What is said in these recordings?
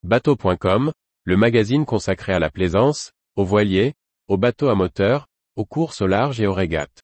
Bateau.com, le magazine consacré à la plaisance, aux voiliers, aux bateaux à moteur, aux courses au large et aux régates.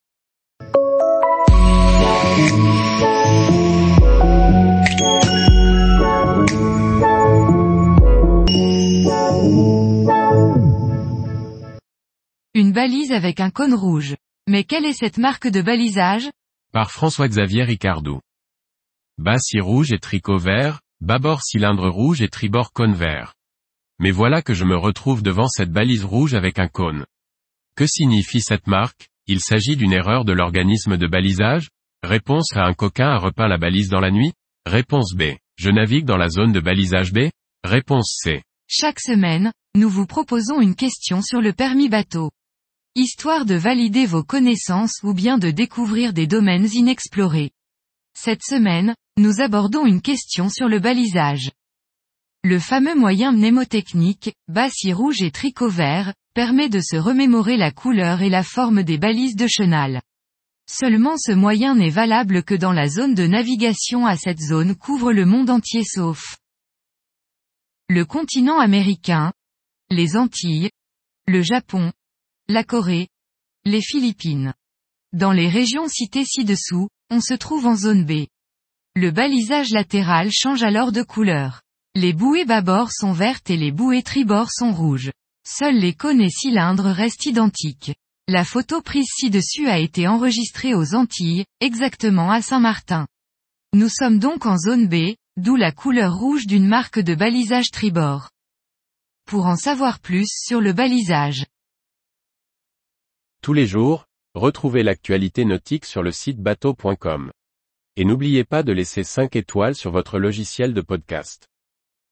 Une balise avec un cône rouge. Mais quelle est cette marque de balisage? Par François-Xavier Ricardou. Bas scie rouge et tricot vert, bâbord cylindre rouge et tribord cône vert. Mais voilà que je me retrouve devant cette balise rouge avec un cône. Que signifie cette marque? Il s'agit d'une erreur de l'organisme de balisage? Réponse A. Un coquin a repeint la balise dans la nuit? Réponse B. Je navigue dans la zone de balisage B? Réponse C. Chaque semaine, nous vous proposons une question sur le permis bateau. Histoire de valider vos connaissances ou bien de découvrir des domaines inexplorés. Cette semaine, nous abordons une question sur le balisage. Le fameux moyen mnémotechnique, bas scie rouge et tricot vert, permet de se remémorer la couleur et la forme des balises de chenal. Seulement ce moyen n'est valable que dans la zone de navigation. À cette zone couvre le monde entier sauf le continent américain, les Antilles, le Japon, la Corée, les Philippines. Dans les régions citées ci-dessous, on se trouve en zone B. Le balisage latéral change alors de couleur. Les bouées bâbord sont vertes et les bouées tribord sont rouges. Seuls les cônes et cylindres restent identiques. La photo prise ci-dessus a été enregistrée aux Antilles, exactement à Saint-Martin. Nous sommes donc en zone B, d'où la couleur rouge d'une marque de balisage tribord. Pour en savoir plus sur le balisage. Tous les jours, retrouvez l'actualité nautique sur le site bateau.com. Et n'oubliez pas de laisser 5 étoiles sur votre logiciel de podcast.